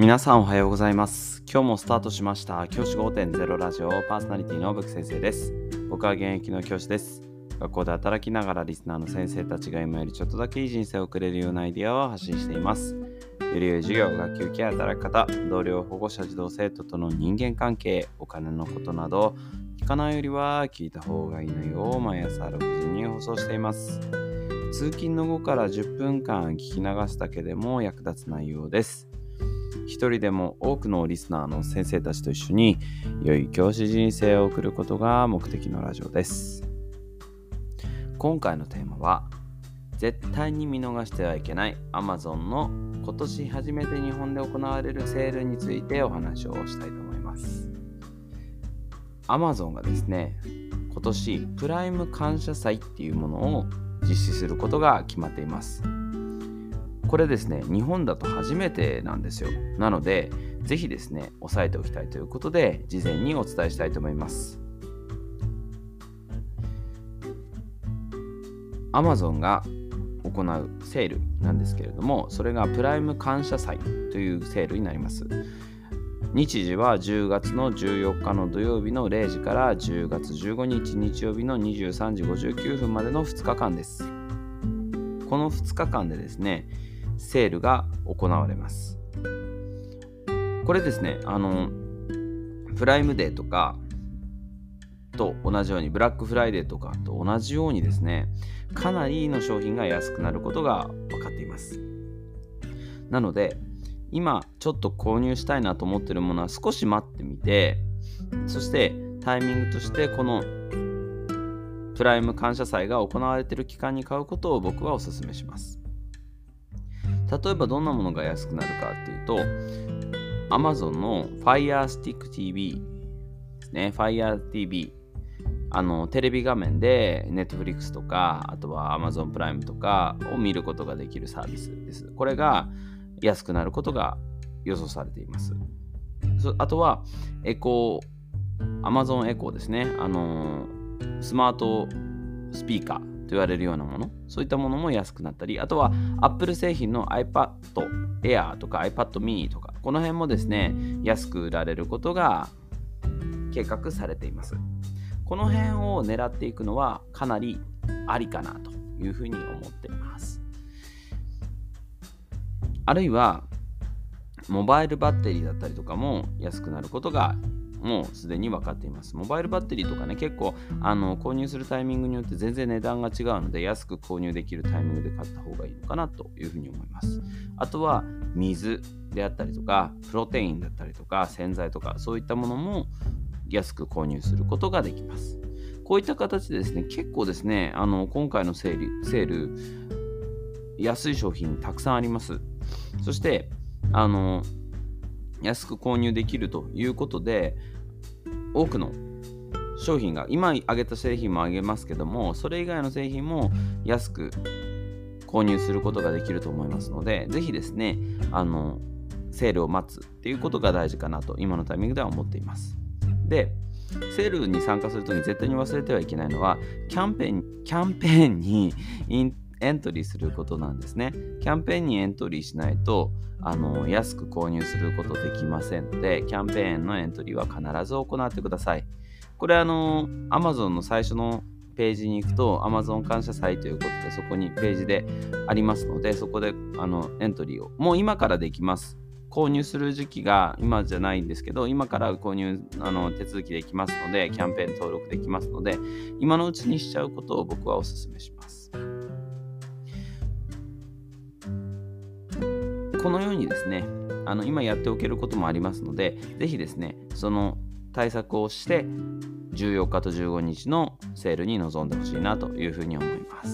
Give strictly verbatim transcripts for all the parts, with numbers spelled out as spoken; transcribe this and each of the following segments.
皆さんおはようございます。今日もスタートしました教師 ごてんゼロ ラジオパーソナリティのブク先生です。僕は現役の教師です。学校で働きながらリスナーの先生たちが今よりちょっとだけいい人生を送れるようなアイデアを発信しています。より良い授業、学級ケア、働き方、同僚、保護者、児童生徒との人間関係、お金のことなど聞かないよりは聞いた方がいいのよ。毎朝ろくじに放送しています。通勤の後からじゅっぷんかん聞き流すだけでも役立つ内容です。一人でも多くのリスナーの先生たちと一緒に良い教師人生を送ることが目的のラジオです。今回のテーマは絶対に見逃してはいけない Amazon の今年初めて日本で行われるセールについてお話をしたいと思います。 Amazon がですね、今年プライム感謝祭っていうものを実施することが決まっています。これですね、日本だと初めてなんですよ。なので、ぜひですね、押さえておきたいということで、事前にお伝えしたいと思います。Amazon が行うセールなんですけれども、それがプライム感謝祭というセールになります。日時はじゅうがつのじゅうよっかの土曜日のれいじからじゅうがつじゅうごにち日曜日のにじゅうさんじごじゅうきゅうふんまでのふつかかんです。このふつかかんでですね、セールが行われます。これですね、あのプライムデーとかと同じように、ブラックフライデーとかと同じようにですね、かなりの商品が安くなることが分かっています。なので今ちょっと購入したいなと思っているものは少し待ってみて、そしてタイミングとしてこのプライム感謝祭が行われている期間に買うことを僕はお勧めします。例えばどんなものが安くなるかっていうと、 Amazon の Fire Stick ティーブイ ですね。 Fire ティーブイ、 あのテレビ画面で Netflix とか、あとは Amazon プライムとかを見ることができるサービスです。これが安くなることが予想されています。あとはエコー Amazon エコーですね。あのスマートスピーカーと言われるようなもの、そういったものも安くなったり、あとは Apple 製品の iPad Air とか iPad mini とか、この辺もですね、安く売られることが計画されています。この辺を狙っていくのはかなりありかなというふうに思っています。あるいはモバイルバッテリーだったりとかも安くなることがもうすでに分かっています。モバイルバッテリーとかね、結構あの購入するタイミングによって全然値段が違うので、安く購入できるタイミングで買った方がいいのかなというふうに思います。あとは水であったりとか、プロテインだったりとか、洗剤とか、そういったものも安く購入することができます。こういった形でですね、結構ですね、あの今回のセール、セール安い商品たくさんあります。そしてあの安く購入できるということで、多くの商品が、今挙げた製品も挙げますけども、それ以外の製品も安く購入することができると思いますので、ぜひですね、あのセールを待つっていうことが大事かなと今のタイミングでは思っています。で、セールに参加するときに絶対に忘れてはいけないのは、キャンペーンキャンペーンにインエントリーすることなんですね。キャンペーンにエントリーしないとあの安く購入することできませんので、キャンペーンのエントリーは必ず行ってください。これあの Amazon の最初のページに行くと Amazon 感謝祭ということで、そこにページでありますので、そこであのエントリーをもう今からできます。購入する時期が今じゃないんですけど、今から購入あの手続きできますので、キャンペーン登録できますので、今のうちにしちゃうことを僕はお勧めします。このようにですね、あの今やっておけることもありますので、ぜひですね、その対策をしてじゅうよっかとじゅうごにちのセールに臨んでほしいなというふうに思います。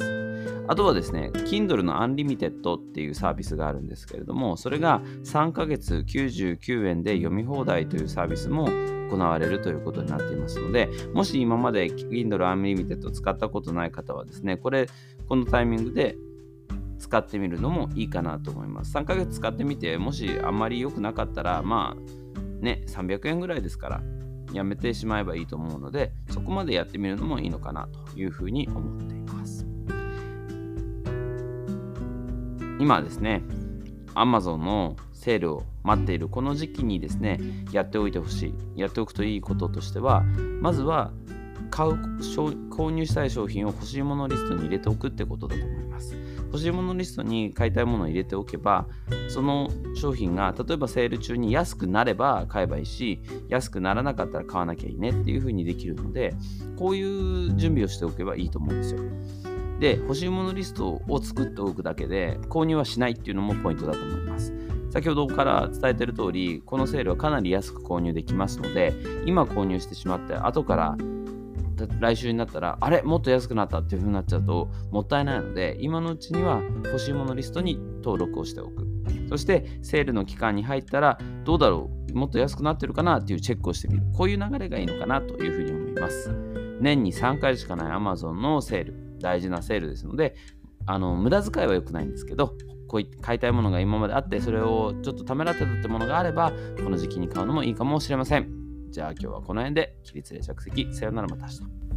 あとはですね、Kindle の Unlimited っていうサービスがあるんですけれども、それがさんかげつきゅうじゅうきゅうえんで読み放題というサービスも行われるということになっていますので、もし今まで Kindle Unlimited を使ったことない方はですね、これこのタイミングで使ってみるのもいいかなと思います。さんかげつ使ってみて、もしあんまり良くなかったら、まあね、さんびゃくえんぐらいですからやめてしまえばいいと思うので、そこまでやってみるのもいいのかなというふうに思っています。今ですね、Amazon のセセールを待っているこの時期にですね、やっておいてほしい、やっておくといいこととしては、まずは買う購入したい商品を欲しいものリストに入れておくってことだと思います。欲しいものリストに買いたいものを入れておけば、その商品が例えばセール中に安くなれば買えばいいし、安くならなかったら買わなきゃいいねっていう風にできるので、こういう準備をしておけばいいと思うんですよ。で、欲しいものリストを作っておくだけで購入はしないっていうのもポイントだと思います。先ほどから伝えている通り、このセールはかなり安く購入できますので、今購入してしまって後から来週になったらあれもっと安くなったっていう風になっちゃうともったいないので、今のうちには欲しいものリストに登録をしておく。そしてセールの期間に入ったらどうだろう、もっと安くなってるかなっていうチェックをしてみる。こういう流れがいいのかなというふうに思います。年にさんかいしかない Amazon のセール、大事なセールですので、あの無駄遣いは良くないんですけど、こういった買いたいものが今まであって、それをちょっとためらってたってものがあれば、この時期に買うのもいいかもしれません。じゃあ今日はこの辺で起立例着席、さよならまた明日。